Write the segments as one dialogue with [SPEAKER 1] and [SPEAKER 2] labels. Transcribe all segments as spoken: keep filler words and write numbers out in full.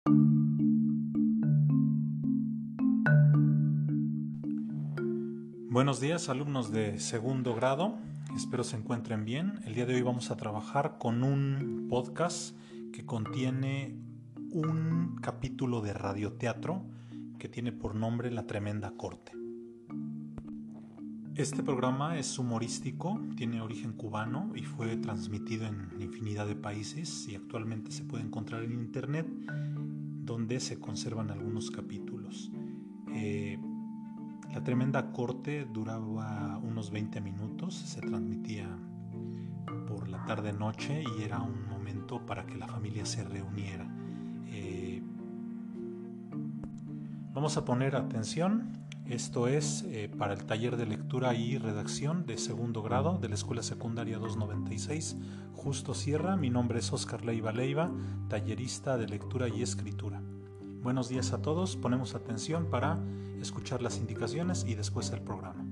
[SPEAKER 1] Buenos días, alumnos de segundo grado, espero se encuentren bien. El día de hoy vamos a trabajar con un podcast que contiene un capítulo de radioteatro que tiene por nombre La Tremenda Corte. Este programa es humorístico, tiene origen cubano y fue transmitido en infinidad de países y actualmente se puede encontrar en internet, donde se conservan algunos capítulos. Eh, La Tremenda Corte duraba unos veinte minutos, se transmitía por la tarde-noche y era un momento para que la familia se reuniera. Eh, vamos a poner atención, esto es eh, para el taller de lectura y redacción de segundo grado de la Escuela Secundaria doscientos noventa y seis, Justo Sierra. Mi nombre es Óscar Leiva Leiva, tallerista de lectura y escritura. Buenos días a todos, ponemos atención para escuchar las indicaciones y después el programa.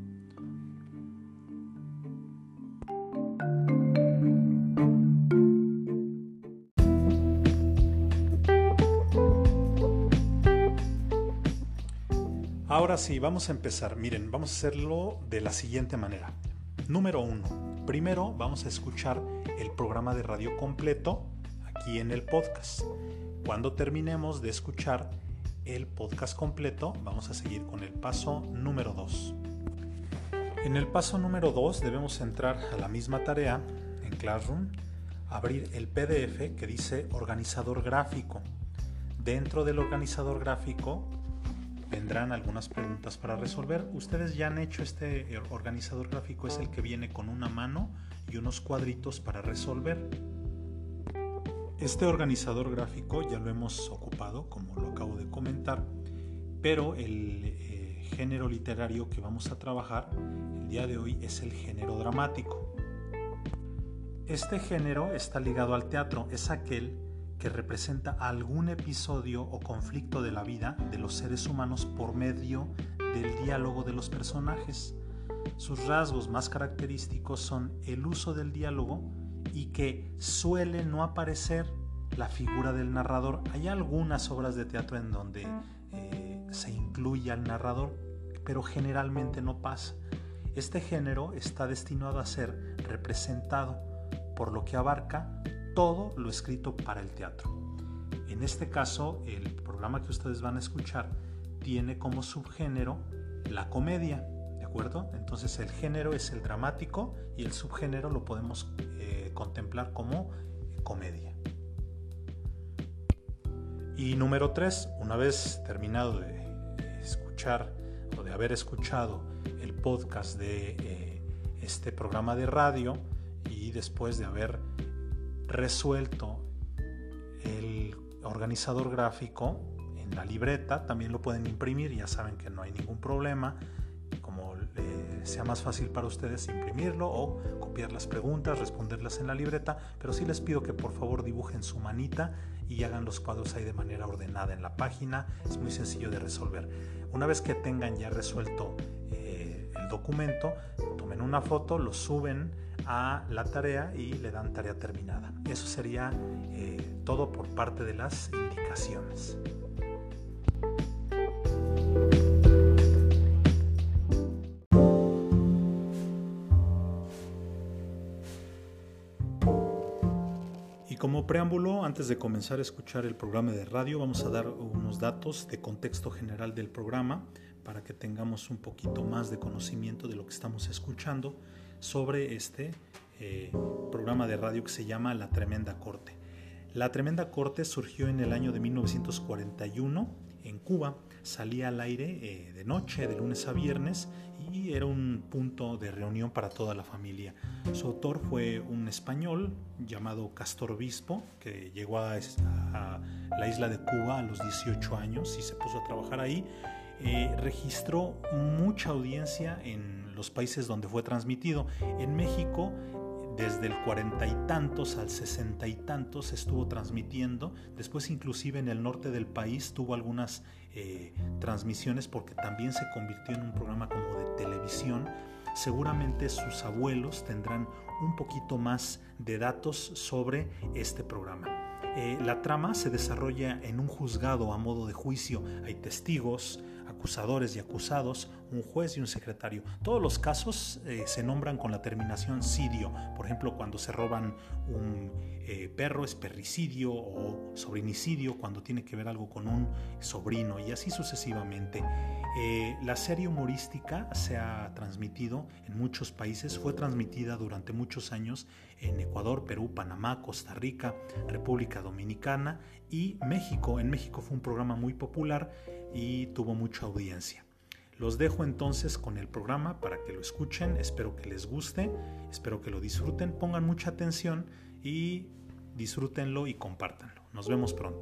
[SPEAKER 1] Ahora sí, vamos a empezar. Miren, vamos a hacerlo de la siguiente manera. Número uno, primero vamos a escuchar el programa de radio completo aquí en el podcast. Cuando terminemos de escuchar el podcast completo, vamos a seguir con el paso número dos. En el paso número dos debemos entrar a la misma tarea en Classroom, abrir el P D F que dice organizador gráfico. Dentro del organizador gráfico vendrán algunas preguntas para resolver. Ustedes ya han hecho este organizador gráfico, es el que viene con una mano y unos cuadritos para resolver. Este organizador gráfico ya lo hemos ocupado, como lo acabo de comentar, pero el eh, género literario que vamos a trabajar el día de hoy es el género dramático. Este género está ligado al teatro, es aquel que representa algún episodio o conflicto de la vida de los seres humanos por medio del diálogo de los personajes. Sus rasgos más característicos son el uso del diálogo y que suele no aparecer la figura del narrador. Hay algunas obras de teatro en donde eh, se incluye al narrador, pero generalmente no pasa. Este género está destinado a ser representado, por lo que abarca todo lo escrito para el teatro. En este caso, el programa que ustedes van a escuchar tiene como subgénero la comedia, ¿de acuerdo? Entonces el género es el dramático y el subgénero lo podemos eh, contemplar como comedia. Y número tres, una vez terminado de escuchar o de haber escuchado el podcast de eh, este programa de radio y después de haber resuelto el organizador gráfico en la libreta, también lo pueden imprimir, ya saben que no hay ningún problema, como eh, sea más fácil para ustedes imprimirlo o copiar las preguntas, responderlas en la libreta, pero sí les pido que por favor dibujen su manita y hagan los cuadros ahí de manera ordenada en la página. Es muy sencillo de resolver. Una vez que tengan ya resuelto eh, el documento, tomen una foto, lo suben a la tarea y le dan tarea terminada. Eso sería eh, todo por parte de las indicaciones. Y como preámbulo, antes de comenzar a escuchar el programa de radio, vamos a dar unos datos de contexto general del programa para que tengamos un poquito más de conocimiento de lo que estamos escuchando sobre este eh, programa de radio que se llama La Tremenda Corte. La Tremenda Corte surgió en el año de mil novecientos cuarenta y uno en Cuba, salía al aire eh, de noche, de lunes a viernes, y era un punto de reunión para toda la familia. Su autor fue un español llamado Castor Obispo, que llegó a, a la isla de Cuba a los dieciocho años y se puso a trabajar ahí. Eh, registró mucha audiencia en los países donde fue transmitido. En México, desde el cuarenta y tantos al sesenta y tantos estuvo transmitiendo. Después, inclusive en el norte del país, tuvo algunas eh, transmisiones porque también se convirtió en un programa como de televisión. Seguramente sus abuelos tendrán un poquito más de datos sobre este programa. Eh, la trama se desarrolla en un juzgado a modo de juicio. Hay testigos, acusadores y acusados, un juez y un secretario. Todos los casos eh, se nombran con la terminación cidio. Por ejemplo, cuando se roban un eh, perro es perricidio, o sobrinicidio cuando tiene que ver algo con un sobrino, y así sucesivamente. Eh, la serie humorística se ha transmitido en muchos países. Fue transmitida durante muchos años en Ecuador, Perú, Panamá, Costa Rica, República Dominicana y México. En México fue un programa muy popular y tuvo mucha audiencia. Los dejo entonces con el programa para que lo escuchen. Espero que les guste, espero que lo disfruten, pongan mucha atención y disfrútenlo y compártanlo. Nos vemos pronto.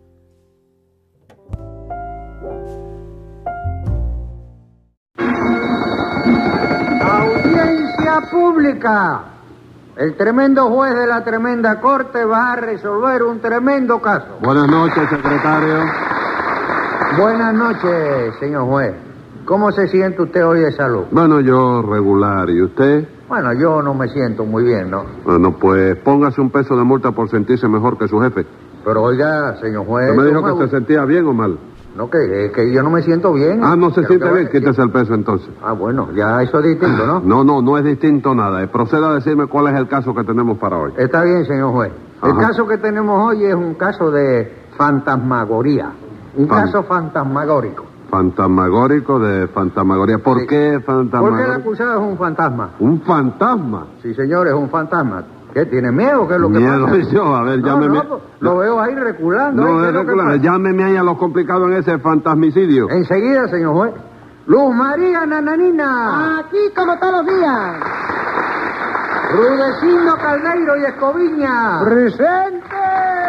[SPEAKER 2] Audiencia pública. El tremendo juez de la tremenda corte va a resolver un tremendo caso.
[SPEAKER 3] Buenas noches, secretario.
[SPEAKER 2] Buenas noches, señor juez. ¿Cómo se siente usted hoy de salud?
[SPEAKER 3] Bueno, yo regular. ¿Y usted?
[SPEAKER 2] Bueno, yo no me siento muy bien, ¿no?
[SPEAKER 3] Bueno, pues póngase un peso de multa por sentirse mejor que su jefe.
[SPEAKER 2] Pero oiga, señor juez...
[SPEAKER 3] ¿Usted me dijo
[SPEAKER 2] me...
[SPEAKER 3] que se sentía bien o mal?
[SPEAKER 2] No, que es que yo no me siento bien.
[SPEAKER 3] Ah, no se
[SPEAKER 2] Pero
[SPEAKER 3] siente
[SPEAKER 2] que-
[SPEAKER 3] bien, quítese el peso entonces.
[SPEAKER 2] Ah, bueno, ya eso es distinto, ¿no?
[SPEAKER 3] No, no, no es distinto nada. Eh, Proceda a decirme cuál es el caso que tenemos para hoy.
[SPEAKER 2] Está bien, señor juez. El
[SPEAKER 3] Ajá.
[SPEAKER 2] caso que tenemos hoy es un caso de fantasmagoría. Un
[SPEAKER 3] Fan-
[SPEAKER 2] caso fantasmagórico.
[SPEAKER 3] Fantasmagórico de fantasmagoría. ¿Por
[SPEAKER 2] Sí.
[SPEAKER 3] qué
[SPEAKER 2] Porque el
[SPEAKER 3] fantasmagórico?
[SPEAKER 2] acusado es un fantasma.
[SPEAKER 3] ¿Un fantasma?
[SPEAKER 2] Sí, señor, es un fantasma. ¿Qué? ¿Tiene miedo? ¿Qué es lo que
[SPEAKER 3] Miedo
[SPEAKER 2] pasa?
[SPEAKER 3] yo, a ver,
[SPEAKER 2] No,
[SPEAKER 3] llámeme.
[SPEAKER 2] no, pues, lo veo ahí reculando.
[SPEAKER 3] No,
[SPEAKER 2] ¿eh? ¿Qué
[SPEAKER 3] es
[SPEAKER 2] es lo que
[SPEAKER 3] regular.
[SPEAKER 2] pasa?
[SPEAKER 3] Llámeme ahí a los complicados en ese fantasmicidio.
[SPEAKER 2] Enseguida, señor juez. Luz María Nananina.
[SPEAKER 4] Aquí como todos los días.
[SPEAKER 2] Rudecindo Caldeiro y Escoviña.
[SPEAKER 4] ¡Presente!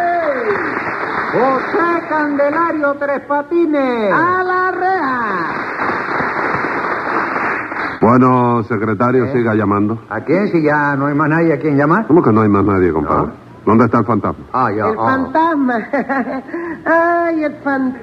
[SPEAKER 2] José Candelario Tres Patines.
[SPEAKER 4] ¡A la reja!
[SPEAKER 3] Bueno, secretario,
[SPEAKER 2] ¿Eh?
[SPEAKER 3] siga llamando.
[SPEAKER 2] ¿A quién? Si ya no hay más nadie a quien llamar.
[SPEAKER 3] ¿Cómo que no hay más nadie, compadre? ¿Dónde está el fantasma?
[SPEAKER 2] Ah, ya.
[SPEAKER 4] El
[SPEAKER 2] ah.
[SPEAKER 4] fantasma. Ay, el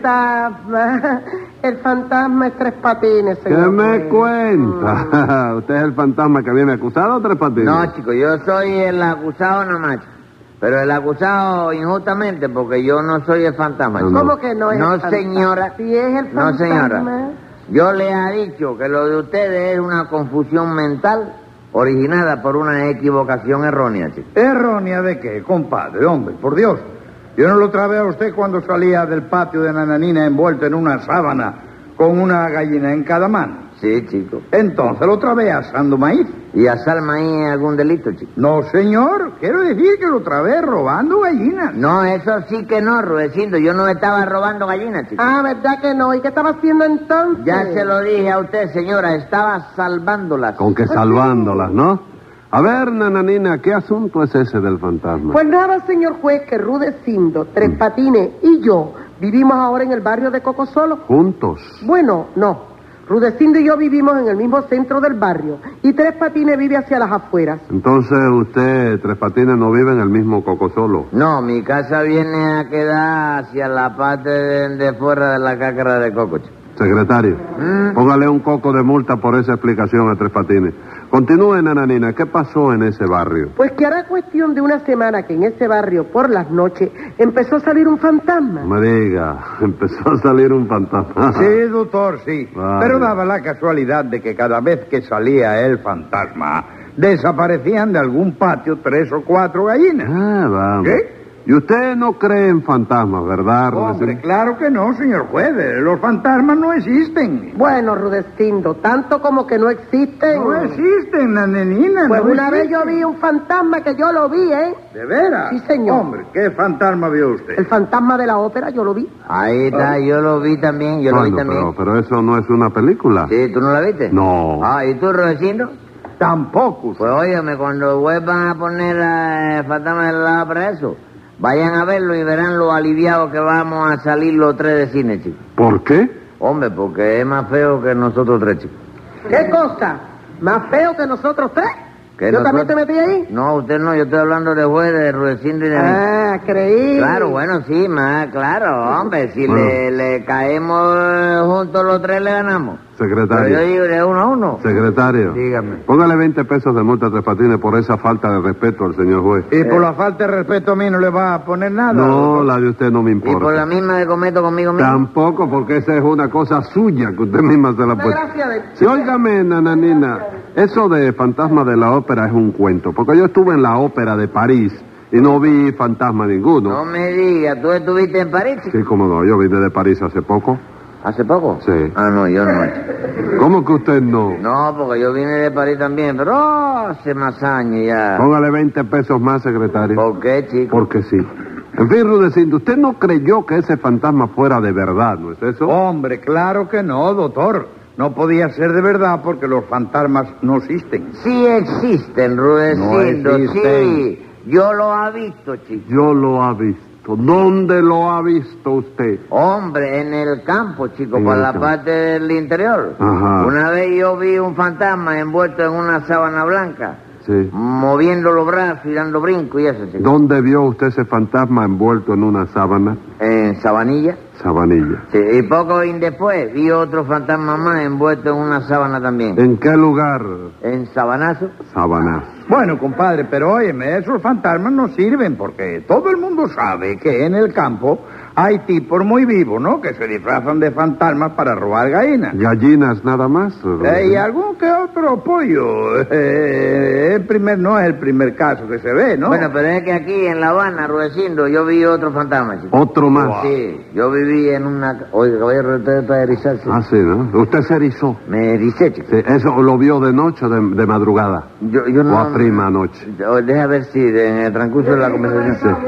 [SPEAKER 4] fantasma. El fantasma es Tres Patines,
[SPEAKER 3] ¿Qué
[SPEAKER 4] señor.
[SPEAKER 3] me
[SPEAKER 4] juez.
[SPEAKER 3] cuenta? ¿Usted es el fantasma que viene acusado o Tres Patines?
[SPEAKER 5] No, chico, yo soy el acusado nomás, chico. Pero el acusado injustamente, porque yo no soy el fantasma.
[SPEAKER 3] No,
[SPEAKER 5] chico.
[SPEAKER 4] ¿Cómo que no es
[SPEAKER 5] No,
[SPEAKER 4] el fantasma?
[SPEAKER 5] señora.
[SPEAKER 4] Si es el
[SPEAKER 5] No,
[SPEAKER 4] fantasma.
[SPEAKER 5] señora. Yo le he dicho que lo de ustedes es una confusión mental originada por una equivocación errónea, chico.
[SPEAKER 6] ¿Errónea de qué, compadre? Hombre, por Dios. Yo no lo trabé a usted cuando salía del patio de Nananina envuelto en una sábana con una gallina en cada mano.
[SPEAKER 5] Sí, chico.
[SPEAKER 6] Entonces lo trabé asando maíz.
[SPEAKER 5] ¿Y a Salma ahí algún delito, chico?
[SPEAKER 6] No, señor. Quiero decir que lo trabé robando gallinas.
[SPEAKER 5] No, eso sí que no, Rudecindo. Yo no estaba robando gallinas, chico.
[SPEAKER 4] Ah, ¿verdad que no? ¿Y qué estaba haciendo entonces?
[SPEAKER 5] Ya se lo dije a usted, señora. Estaba salvándolas.
[SPEAKER 3] Con que salvándolas, ¿no? A ver, Nananina, ¿qué asunto es ese del fantasma?
[SPEAKER 4] Pues nada, señor juez, que Rudecindo, Tres Patines y yo vivimos ahora en el barrio de Cocosolo.
[SPEAKER 3] ¿Juntos?
[SPEAKER 4] Bueno, no. Rudecindo y yo vivimos en el mismo centro del barrio y Tres Patines vive hacia las afueras.
[SPEAKER 3] Entonces usted, Tres Patines, no vive en el mismo Cocosolo.
[SPEAKER 5] No, mi casa viene a quedar hacia la parte de, de fuera de la cácara de coco, chico.
[SPEAKER 3] Secretario, póngale un coco de multa por esa explicación a Tres Patines. Continúe, Nananina, ¿qué pasó en ese barrio?
[SPEAKER 4] Pues que hará cuestión de una semana que en ese barrio por las noches empezó a salir un fantasma.
[SPEAKER 3] No me diga, empezó a salir un fantasma.
[SPEAKER 6] Sí, doctor, sí.
[SPEAKER 3] Vale.
[SPEAKER 6] Pero daba la casualidad de que cada vez que salía el fantasma, desaparecían de algún patio tres o cuatro gallinas.
[SPEAKER 3] Ah, vamos.
[SPEAKER 6] ¿Qué?
[SPEAKER 3] Y usted no cree en fantasmas, ¿verdad,
[SPEAKER 6] Hombre,
[SPEAKER 3] Rudecindo?
[SPEAKER 6] claro que no, señor juez. Los fantasmas no existen.
[SPEAKER 4] Bueno, Rudecindo, tanto como que no existen.
[SPEAKER 6] No existen, Nananina.
[SPEAKER 4] Pues
[SPEAKER 6] no
[SPEAKER 4] una vez yo
[SPEAKER 6] existen.
[SPEAKER 4] vi un fantasma que yo lo vi, ¿eh?
[SPEAKER 6] ¿De veras?
[SPEAKER 4] Sí, señor.
[SPEAKER 6] Hombre, ¿qué fantasma vio usted?
[SPEAKER 4] El fantasma de la ópera, yo lo vi.
[SPEAKER 5] Ahí está, yo lo vi también, yo lo vi
[SPEAKER 3] Bueno,
[SPEAKER 5] también.
[SPEAKER 3] pero, pero eso no es una película.
[SPEAKER 5] Sí, ¿tú no la viste?
[SPEAKER 3] No.
[SPEAKER 5] Ah, ¿y tú, Rudecindo?
[SPEAKER 6] Tampoco.
[SPEAKER 5] Pues óyeme, cuando vuelvan a poner a fantasma de la ópera eso, vayan a verlo y verán lo aliviados que vamos a salir los tres de cine, chicos.
[SPEAKER 3] ¿Por qué?
[SPEAKER 5] Hombre, porque es más feo que nosotros tres, chicos.
[SPEAKER 4] ¿Qué cosa? ¿Más feo que nosotros tres?
[SPEAKER 5] ¿Que
[SPEAKER 4] ¿Yo
[SPEAKER 5] nosotros-
[SPEAKER 4] también te metí ahí?
[SPEAKER 5] No, usted no, yo estoy hablando de juez, de Rudecindo y de mí.
[SPEAKER 4] Ah, creí.
[SPEAKER 5] Claro, bueno, sí, más claro, hombre, si
[SPEAKER 3] Bueno.
[SPEAKER 5] le, le caemos juntos los tres, le ganamos.
[SPEAKER 3] Secretario.
[SPEAKER 5] Pero yo digo de uno a uno.
[SPEAKER 3] Secretario.
[SPEAKER 6] Dígame.
[SPEAKER 3] Póngale veinte pesos de multa a Tres Patines por esa falta de respeto al señor juez.
[SPEAKER 6] ¿Y por la falta de respeto a mí no le va a poner nada?
[SPEAKER 3] No,
[SPEAKER 6] doctor?
[SPEAKER 3] la de usted no me
[SPEAKER 5] Y
[SPEAKER 3] importa.
[SPEAKER 5] por la misma que cometo conmigo mismo.
[SPEAKER 3] Tampoco, porque esa es una cosa suya que usted misma se la puede...
[SPEAKER 4] Gracias de...
[SPEAKER 3] Sí, óigame, nananina, eso de fantasma de la ópera es un cuento, porque yo estuve en la ópera de París y no vi fantasma ninguno.
[SPEAKER 5] No me digas, ¿tú estuviste en París, chico?
[SPEAKER 3] Sí, cómo no, yo vine de París hace poco.
[SPEAKER 5] ¿Hace poco?
[SPEAKER 3] Sí.
[SPEAKER 5] Ah, no, yo no.
[SPEAKER 3] ¿Cómo que usted no?
[SPEAKER 5] No, porque yo vine de París también, pero oh, hace más años ya.
[SPEAKER 3] Póngale veinte pesos más, secretario.
[SPEAKER 5] ¿Por qué, chico?
[SPEAKER 3] Porque sí. En fin, Rudecindo, usted no creyó que ese fantasma fuera de verdad, ¿no es eso?
[SPEAKER 6] Hombre, claro que no, doctor. No podía ser de verdad porque los fantasmas no existen.
[SPEAKER 5] Sí existen, Rudecindo,
[SPEAKER 6] No existen.
[SPEAKER 5] sí. Yo lo ha visto, chico.
[SPEAKER 3] Yo lo ha visto. ¿Dónde lo ha visto usted?
[SPEAKER 5] Hombre, en el campo, chico,
[SPEAKER 3] En
[SPEAKER 5] por
[SPEAKER 3] el
[SPEAKER 5] la
[SPEAKER 3] campo.
[SPEAKER 5] parte del interior.
[SPEAKER 3] Ajá.
[SPEAKER 5] Una vez yo vi un fantasma envuelto en una sábana blanca,
[SPEAKER 3] Sí.
[SPEAKER 5] moviendo los brazos y dando brinco y eso, chico.
[SPEAKER 3] ¿Dónde vio usted ese fantasma envuelto en una sábana?
[SPEAKER 5] En Sabanilla.
[SPEAKER 3] Sabanilla.
[SPEAKER 5] Sí, y poco y después vi otro fantasma más envuelto en una sábana también.
[SPEAKER 3] ¿En qué lugar?
[SPEAKER 5] En Sabanazo.
[SPEAKER 3] Sabanazo.
[SPEAKER 6] Bueno, compadre, pero óyeme, esos fantasmas no sirven porque todo el mundo sabe que en el campo hay tipos muy vivos, ¿no? Que se disfrazan de fantasmas para robar gallinas.
[SPEAKER 3] ¿Gallinas nada más?
[SPEAKER 6] Eh, y algún que otro pollo. Eh, el primer, no es el primer caso que se ve, ¿no?
[SPEAKER 5] Bueno, pero es que aquí en La Habana, Rudecindo, yo vi otro fantasma, chico.
[SPEAKER 3] Otro más.
[SPEAKER 5] Sí, yo viví en una... Oiga, caballero, usted está erizarse.
[SPEAKER 3] Ah, sí, ¿no? Usted se erizó.
[SPEAKER 5] Me ericé, chico.
[SPEAKER 3] Sí, ¿eso lo vio de noche o de, de madrugada?
[SPEAKER 5] Yo, yo
[SPEAKER 3] ¿O
[SPEAKER 5] no...
[SPEAKER 3] a prima noche?
[SPEAKER 5] Yo- Deja ver si en el transcurso de la conversación...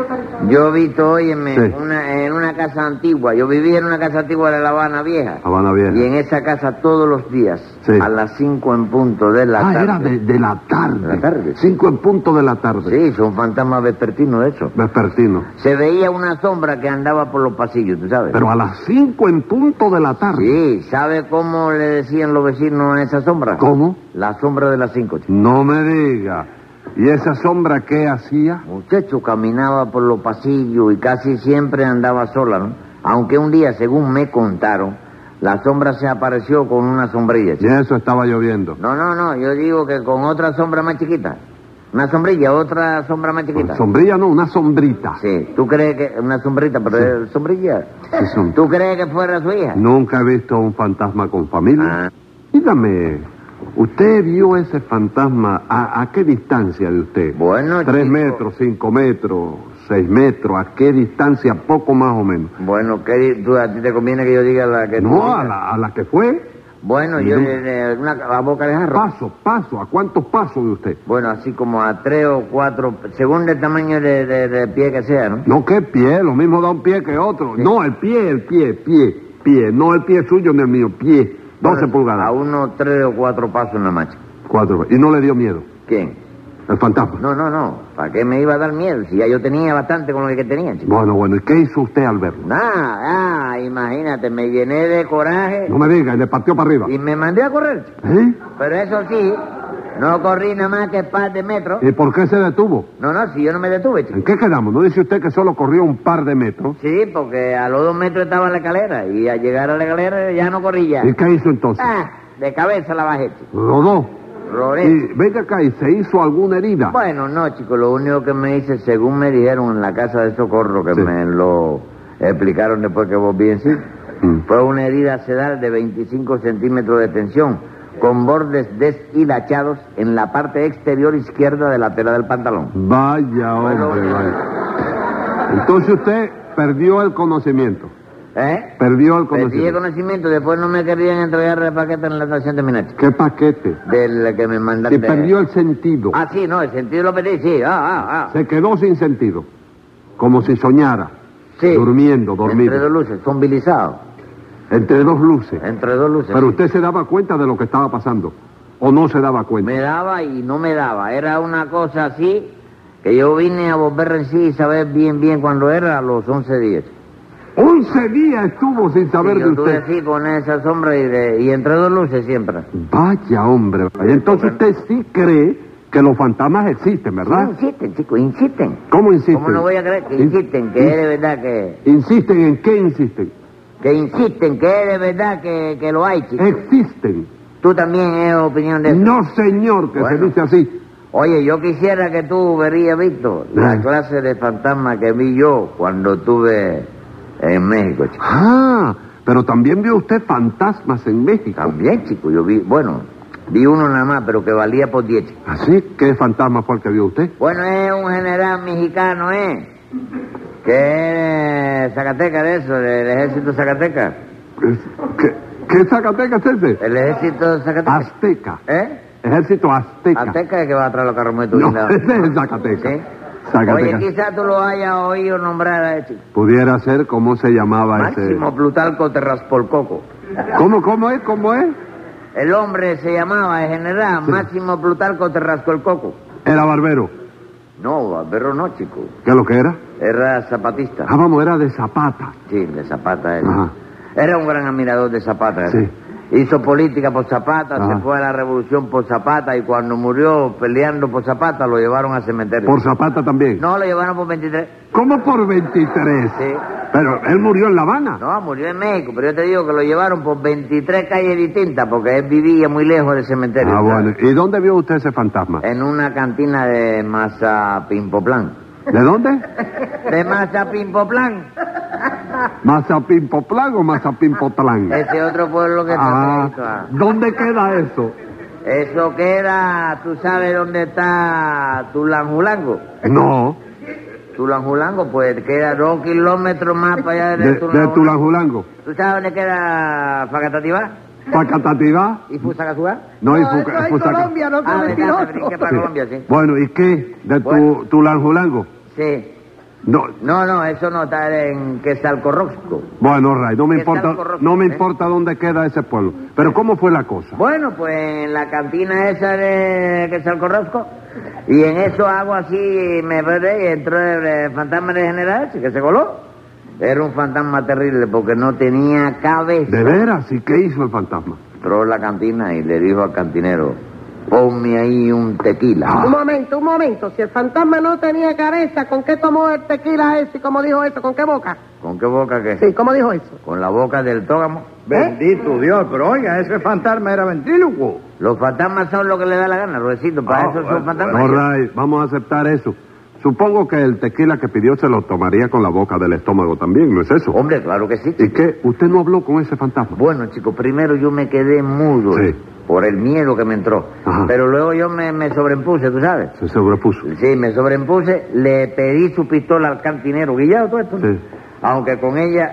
[SPEAKER 5] Yo vi, óyeme,
[SPEAKER 3] Sí.
[SPEAKER 5] una, en una casa antigua. Yo vivía en una casa antigua de La Habana Vieja.
[SPEAKER 3] Habana Vieja.
[SPEAKER 5] Y en esa casa todos los días,
[SPEAKER 3] Sí.
[SPEAKER 5] a las cinco en punto de la
[SPEAKER 3] Ah,
[SPEAKER 5] tarde...
[SPEAKER 3] era de, de la tarde.
[SPEAKER 5] De la tarde.
[SPEAKER 3] Cinco en punto de la tarde.
[SPEAKER 5] Sí, son fantasmas vespertinos de eso.
[SPEAKER 3] Vespertino.
[SPEAKER 5] Se veía una sombra que andaba por los pasillos, ¿tú sabes?
[SPEAKER 3] Pero a las cinco en punto de la tarde.
[SPEAKER 5] Sí, ¿sabe cómo le decían los vecinos a esa sombra?
[SPEAKER 3] ¿Cómo?
[SPEAKER 5] La sombra de las cinco, chico.
[SPEAKER 3] No me diga. ¿Y esa sombra qué hacía?
[SPEAKER 5] Muchacho, caminaba por los pasillos y casi siempre andaba sola, ¿no? Aunque un día, según me contaron, la sombra se apareció con una sombrilla,
[SPEAKER 3] Y
[SPEAKER 5] chico.
[SPEAKER 3] eso estaba lloviendo.
[SPEAKER 5] No, no, no, yo digo que con otra sombra más chiquita. Una sombrilla, otra sombra más chiquita.
[SPEAKER 3] Sombrilla no, una sombrita.
[SPEAKER 5] Sí, ¿tú crees que... Una sombrita, pero es sombrilla.
[SPEAKER 3] Sí, son-
[SPEAKER 5] ¿Tú crees que fuera su hija?
[SPEAKER 3] Nunca he visto un fantasma con familia.
[SPEAKER 5] Ah.
[SPEAKER 3] Dígame, ¿usted vio ese fantasma a, a qué distancia de usted?
[SPEAKER 5] Bueno,
[SPEAKER 3] Tres
[SPEAKER 5] chico.
[SPEAKER 3] metros, cinco metros, seis metros, ¿a qué distancia? Poco más o menos.
[SPEAKER 5] Bueno, ¿qué, tú, ¿a ti te conviene que yo diga la que tú
[SPEAKER 3] No,
[SPEAKER 5] digas?
[SPEAKER 3] a la, a la que fue.
[SPEAKER 5] Bueno, yo...
[SPEAKER 3] No.
[SPEAKER 5] eh, eh, una, a boca de jarro.
[SPEAKER 3] Paso, paso, ¿a cuántos pasos de usted?
[SPEAKER 5] Bueno, así como a tres o cuatro, según el tamaño de, de- de pie que sea, ¿no?
[SPEAKER 3] No, ¿qué pie? Lo mismo da un pie que otro.
[SPEAKER 5] Sí.
[SPEAKER 3] No, el pie, el pie, pie, pie. No el pie suyo ni el mío, pie. doce
[SPEAKER 5] Bueno,
[SPEAKER 3] pulgadas.
[SPEAKER 5] A unos tres o cuatro pasos en la marcha.
[SPEAKER 3] Cuatro. ¿Y no le dio miedo?
[SPEAKER 5] ¿Quién?
[SPEAKER 3] El fantasma.
[SPEAKER 5] No, no, no. ¿Para qué me iba a dar miedo? Si ya yo tenía bastante con lo que tenía, chico.
[SPEAKER 3] Bueno, bueno, ¿y qué hizo usted al verlo?
[SPEAKER 5] Nada, ah, imagínate, me llené de coraje
[SPEAKER 3] No me diga, y le partió para arriba.
[SPEAKER 5] y me mandé a correr, chico.
[SPEAKER 3] ¿Eh?
[SPEAKER 5] Pero eso sí, no corrí nada más que un par de metros.
[SPEAKER 3] ¿Y por qué se detuvo?
[SPEAKER 5] No, no, si yo no me detuve, chico.
[SPEAKER 3] ¿En qué quedamos? ¿No dice usted que solo corrió un par de metros?
[SPEAKER 5] Sí, porque a los dos metros estaba la escalera y al llegar a la escalera ya no corrí ya.
[SPEAKER 3] ¿Y qué hizo entonces?
[SPEAKER 5] Ah, de cabeza la bajé, chico.
[SPEAKER 3] Rodó.
[SPEAKER 5] Rodé.
[SPEAKER 3] Y venga acá, ¿y se hizo alguna herida?
[SPEAKER 5] Bueno, no, chico, lo único que me hice, según me dijeron en la casa de socorro, que
[SPEAKER 3] Sí.
[SPEAKER 5] me lo explicaron después que volví en sí,
[SPEAKER 3] Mm.
[SPEAKER 5] fue una herida sedal de veinticinco centímetros de tensión, con bordes deshilachados en la parte exterior izquierda de la tela del pantalón.
[SPEAKER 3] Vaya,
[SPEAKER 5] Bueno,
[SPEAKER 3] hombre,
[SPEAKER 5] bueno.
[SPEAKER 3] vaya. Entonces usted perdió el conocimiento.
[SPEAKER 5] ¿Eh?
[SPEAKER 3] Perdió el
[SPEAKER 5] Perdí el
[SPEAKER 3] conocimiento.
[SPEAKER 5] conocimiento, después no me querían entregar el paquete en la estación de Minachi.
[SPEAKER 3] ¿Qué paquete?
[SPEAKER 5] Del que me mandaron.
[SPEAKER 3] Que
[SPEAKER 5] de-
[SPEAKER 3] perdió el sentido.
[SPEAKER 5] Ah, sí, no, el sentido lo perdí, sí. Ah, ah, ah.
[SPEAKER 3] Se quedó sin sentido. Como si soñara.
[SPEAKER 5] Sí.
[SPEAKER 3] Durmiendo, dormido.
[SPEAKER 5] Entre dos luces, zombilizado.
[SPEAKER 3] Entre dos luces.
[SPEAKER 5] Entre dos luces.
[SPEAKER 3] Pero usted se daba cuenta de lo que estaba pasando. ¿O no se daba cuenta?
[SPEAKER 5] Me daba y no me daba. Era una cosa así que yo vine a volver en sí y saber bien, bien cuándo era a los once días.
[SPEAKER 3] Once días estuvo sin saber
[SPEAKER 5] Sí,
[SPEAKER 3] de
[SPEAKER 5] yo estuve
[SPEAKER 3] usted.
[SPEAKER 5] así con esa sombra y, de- y entre dos luces siempre.
[SPEAKER 3] Vaya, hombre. vaya. Entonces usted sí cree que los fantasmas existen, ¿verdad?
[SPEAKER 5] Sí, insisten, chicos, insisten.
[SPEAKER 3] ¿Cómo insisten?
[SPEAKER 5] ¿Cómo no voy a creer que
[SPEAKER 3] In-
[SPEAKER 5] insisten? Que
[SPEAKER 3] in-
[SPEAKER 5] es de verdad que...
[SPEAKER 3] ¿Insisten en qué insisten?
[SPEAKER 5] Que insisten que es de verdad que, que lo hay, chico.
[SPEAKER 3] Existen.
[SPEAKER 5] ¿Tú también es opinión de eso?
[SPEAKER 3] No, señor, que
[SPEAKER 5] Bueno.
[SPEAKER 3] se dice así.
[SPEAKER 5] Oye, yo quisiera que tú verías, Víctor, la
[SPEAKER 3] Ah.
[SPEAKER 5] clase de fantasma que vi yo cuando estuve en México, chico.
[SPEAKER 3] Ah, pero también vio usted fantasmas en México.
[SPEAKER 5] También, chico, yo vi, bueno, vi uno nada más, pero que valía por diez, chico.
[SPEAKER 3] ¿Así? ¿Qué fantasma fue el que vio usted?
[SPEAKER 5] Bueno, es un general mexicano, ¿eh? Que es Zacatecas de eso, del ejército Zacatecas.
[SPEAKER 3] ¿Qué, qué Zacatecas es ese?
[SPEAKER 5] El ejército Zacatecas.
[SPEAKER 3] Azteca.
[SPEAKER 5] ¿Eh?
[SPEAKER 3] Ejército azteca.
[SPEAKER 5] Azteca es que va atrás de los carros muy
[SPEAKER 3] No, ese es Zacatecas.
[SPEAKER 5] ¿Sí?
[SPEAKER 3] Zacatecas.
[SPEAKER 5] Oye, quizás tú lo hayas oído nombrar a ese.
[SPEAKER 3] Pudiera ser, ¿cómo se llamaba
[SPEAKER 5] Máximo Plutarco Terraspolcoco.
[SPEAKER 3] ese? ¿Cómo, cómo es, cómo es?
[SPEAKER 5] El hombre se llamaba, el general,
[SPEAKER 3] Sí.
[SPEAKER 5] Máximo Plutarco Terrascolcoco.
[SPEAKER 3] Era barbero.
[SPEAKER 5] No, Barbero no, chico.
[SPEAKER 3] ¿Qué es lo que era?
[SPEAKER 5] Era zapatista.
[SPEAKER 3] Ah, vamos, era de Zapata.
[SPEAKER 5] Sí, de Zapata. Él.
[SPEAKER 3] Ajá.
[SPEAKER 5] Era un gran admirador de Zapata.
[SPEAKER 3] Sí.
[SPEAKER 5] él. Hizo política por Zapata,
[SPEAKER 3] Ajá.
[SPEAKER 5] se fue a la revolución por Zapata y cuando murió peleando por Zapata lo llevaron al cementerio.
[SPEAKER 3] Por Zapata también.
[SPEAKER 5] No, lo llevaron por veintitrés.
[SPEAKER 3] ¿Cómo por veintitrés?
[SPEAKER 5] Sí.
[SPEAKER 3] Pero él murió en La Habana.
[SPEAKER 5] No, murió en México, pero yo te digo que lo llevaron por veintitrés calles distintas porque él vivía muy lejos del cementerio.
[SPEAKER 3] Ah,
[SPEAKER 5] ¿sabes?
[SPEAKER 3] bueno. ¿Y dónde vio usted ese fantasma?
[SPEAKER 5] En una cantina de Mazapimpoplán.
[SPEAKER 3] ¿De dónde?
[SPEAKER 5] De Mazapimpoplán.
[SPEAKER 3] ¿Mazapimpoplán o Mazapimpotlán?
[SPEAKER 5] Ese otro pueblo que está
[SPEAKER 3] Ah,
[SPEAKER 5] cerca.
[SPEAKER 3] ¿dónde queda eso?
[SPEAKER 5] Eso queda, ¿tú sabes dónde está Tulanjulango?
[SPEAKER 3] No,
[SPEAKER 5] Tulanjulango, pues queda dos kilómetros más para allá de,
[SPEAKER 3] de, de
[SPEAKER 5] Tulanjulango.
[SPEAKER 3] Tulanjulango.
[SPEAKER 5] ¿Tú sabes dónde queda Facatativá
[SPEAKER 3] ¿Pacatativá?
[SPEAKER 5] y Fusagasugá?
[SPEAKER 3] No, y
[SPEAKER 4] No,
[SPEAKER 3] Fuca-
[SPEAKER 4] eso es
[SPEAKER 3] Fusaca-
[SPEAKER 4] Colombia, no
[SPEAKER 5] Ah,
[SPEAKER 4] sea
[SPEAKER 5] verdad, me
[SPEAKER 4] mentiroso.
[SPEAKER 5] brinqué para
[SPEAKER 3] Sí.
[SPEAKER 5] Colombia, sí.
[SPEAKER 3] Bueno, ¿y qué? ¿De tu,
[SPEAKER 5] Bueno.
[SPEAKER 3] Tulanjulango?
[SPEAKER 5] Sí.
[SPEAKER 3] No,
[SPEAKER 5] No, no, eso no está en Quesalcorrosco.
[SPEAKER 3] bueno, Ray, no me
[SPEAKER 5] ¿Qué tal
[SPEAKER 3] importa,
[SPEAKER 5] corrupto,
[SPEAKER 3] no me
[SPEAKER 5] eh?
[SPEAKER 3] importa dónde queda ese pueblo. Pero ¿cómo fue la cosa?
[SPEAKER 5] Bueno, pues en la cantina esa de Quesalcorrosco, y en eso hago así, me perdí y entró el, eh, fantasma de general, ese que se coló. Era un fantasma terrible porque no tenía cabeza.
[SPEAKER 3] ¿De veras? ¿Y qué hizo el fantasma?
[SPEAKER 5] Entró en la cantina y le dijo al cantinero, ponme ahí un tequila.
[SPEAKER 4] Un momento, un momento. Si el fantasma no tenía cabeza, ¿con qué tomó el tequila ese? ¿Cómo dijo eso? ¿Con qué boca?
[SPEAKER 5] ¿Con qué boca qué?
[SPEAKER 4] Sí, ¿cómo dijo eso?
[SPEAKER 5] Con la boca del tógamo.
[SPEAKER 6] Bendito Dios, pero oiga, ese fantasma era ventrílocuo.
[SPEAKER 5] Los fantasmas son lo que le da la gana, Ruecito, para
[SPEAKER 6] Ah,
[SPEAKER 5] eso
[SPEAKER 6] bueno,
[SPEAKER 5] son fantasmas.
[SPEAKER 3] No, Ray, vamos a aceptar eso. Supongo que el tequila que pidió se lo tomaría con la boca del estómago también, ¿no es eso?
[SPEAKER 5] Hombre, claro que sí.
[SPEAKER 3] ¿Y qué? ¿Usted no habló con ese fantasma?
[SPEAKER 5] Bueno, chicos, primero yo me quedé mudo
[SPEAKER 3] Sí.
[SPEAKER 5] por el miedo que me entró.
[SPEAKER 3] Ajá.
[SPEAKER 5] Pero luego yo me, me sobrepuse, ¿tú sabes?
[SPEAKER 3] Se sobrepuso.
[SPEAKER 5] Sí, me sobrepuse, le pedí su pistola al cantinero, guillado todo esto. ¿no?
[SPEAKER 3] Sí.
[SPEAKER 5] Aunque con ella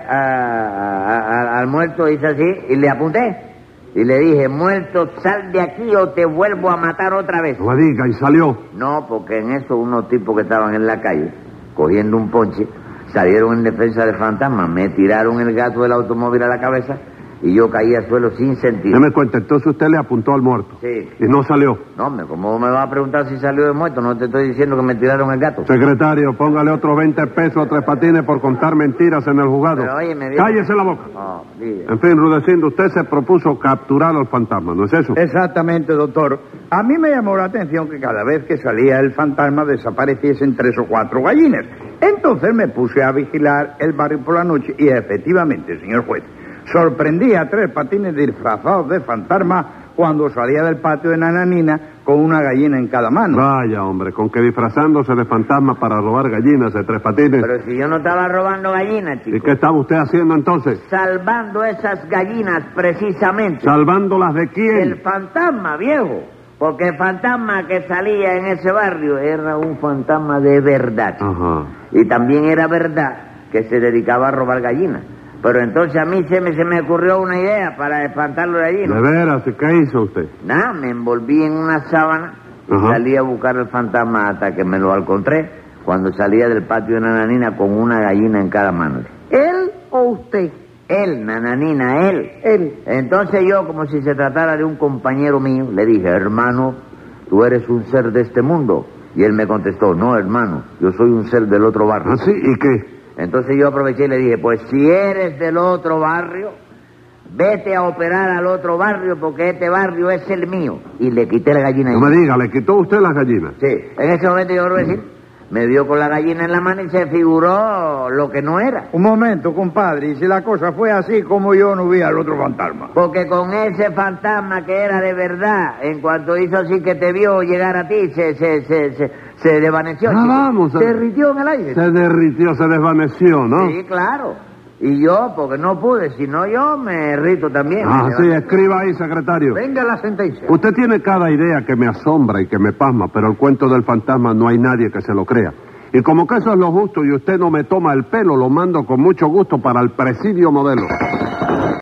[SPEAKER 5] a- a- a- al muerto hice así y le apunté. Y le dije, muerto, sal de aquí o te vuelvo a matar otra vez.
[SPEAKER 3] No me diga, y salió.
[SPEAKER 5] No, porque en eso unos tipos que estaban en la calle, cogiendo un ponche, salieron en defensa del fantasma, me tiraron el gato del automóvil a la cabeza y yo caí al suelo sin sentido.
[SPEAKER 3] Déme cuenta, entonces usted le apuntó al muerto.
[SPEAKER 5] Sí.
[SPEAKER 3] Y no salió.
[SPEAKER 5] No, hombre, ¿cómo me va a preguntar si salió de muerto? No te estoy diciendo que me tiraron el gato.
[SPEAKER 3] Secretario, póngale otros veinte pesos a Tres Patines por contar mentiras en el juzgado.
[SPEAKER 5] Pero, oye, me viejo-
[SPEAKER 3] Cállese la boca.
[SPEAKER 5] No, diga.
[SPEAKER 3] En fin, Rudecindo, usted se propuso capturar al fantasma, ¿no es eso?
[SPEAKER 6] Exactamente, doctor. A mí me llamó la atención que cada vez que salía el fantasma desapareciesen tres o cuatro gallinas. Entonces me puse a vigilar el barrio por la noche y efectivamente, señor juez, sorprendí a Tres Patines disfrazados de fantasma cuando salía del patio de Nananina con una gallina en cada mano.
[SPEAKER 3] Vaya, hombre, con que disfrazándose de fantasma para robar gallinas de Tres Patines.
[SPEAKER 5] Pero si yo no estaba robando gallinas,
[SPEAKER 3] ¿Y
[SPEAKER 5] chico.
[SPEAKER 3] qué estaba usted haciendo entonces?
[SPEAKER 5] Salvando esas gallinas precisamente.
[SPEAKER 3] ¿Salvándolas de
[SPEAKER 5] El
[SPEAKER 3] quién?
[SPEAKER 5] fantasma, viejo. Porque el fantasma que salía en ese barrio era un fantasma de verdad. chico.
[SPEAKER 3] Ajá.
[SPEAKER 5] Y también era verdad que se dedicaba a robar gallinas. Pero entonces a mí se me, se me ocurrió una idea para espantarlo de allí,
[SPEAKER 3] ¿De
[SPEAKER 5] ¿no?
[SPEAKER 3] veras? ¿Y qué hizo usted?
[SPEAKER 5] Nada, me envolví en una sábana y
[SPEAKER 3] Ajá.
[SPEAKER 5] salí a buscar el fantasma hasta que me lo encontré cuando salía del patio de Nananina con una gallina en cada mano.
[SPEAKER 4] ¿Él o usted?
[SPEAKER 5] Él, Nananina, él.
[SPEAKER 4] Él.
[SPEAKER 5] Entonces yo, como si se tratara de un compañero mío, le dije, hermano, tú eres un ser de este mundo. Y él me contestó, no, hermano, yo soy un ser del otro barrio.
[SPEAKER 3] ¿Ah, sí? ¿Y qué?
[SPEAKER 5] Entonces yo aproveché y le dije, pues si eres del otro barrio, vete a operar al otro barrio porque este barrio es el mío. Y le quité la gallina.
[SPEAKER 3] No
[SPEAKER 5] ahí.
[SPEAKER 3] me diga, ¿le quitó usted las gallinas?
[SPEAKER 5] Sí, en ese momento yo creo que sí. me vio con la gallina en la mano y se figuró lo que no era.
[SPEAKER 6] Un momento, compadre, y si la cosa fue así, como yo no vi al otro fantasma.
[SPEAKER 5] Porque con ese fantasma que era de verdad, en cuanto hizo así que te vio llegar a ti, se, se, se, se, se desvaneció.
[SPEAKER 3] Ah, vamos.
[SPEAKER 5] Se derritió en el aire.
[SPEAKER 3] Se derritió, se desvaneció, ¿no?
[SPEAKER 5] Sí, claro. Y yo, porque no pude, si no yo me rito también.
[SPEAKER 3] Ah, sí, escriba ahí, secretario.
[SPEAKER 2] Venga la sentencia.
[SPEAKER 3] Usted tiene cada idea que me asombra y que me pasma, pero el cuento del fantasma no hay nadie que se lo crea. Y como que eso es lo justo y usted no me toma el pelo, lo mando con mucho gusto para el presidio modelo.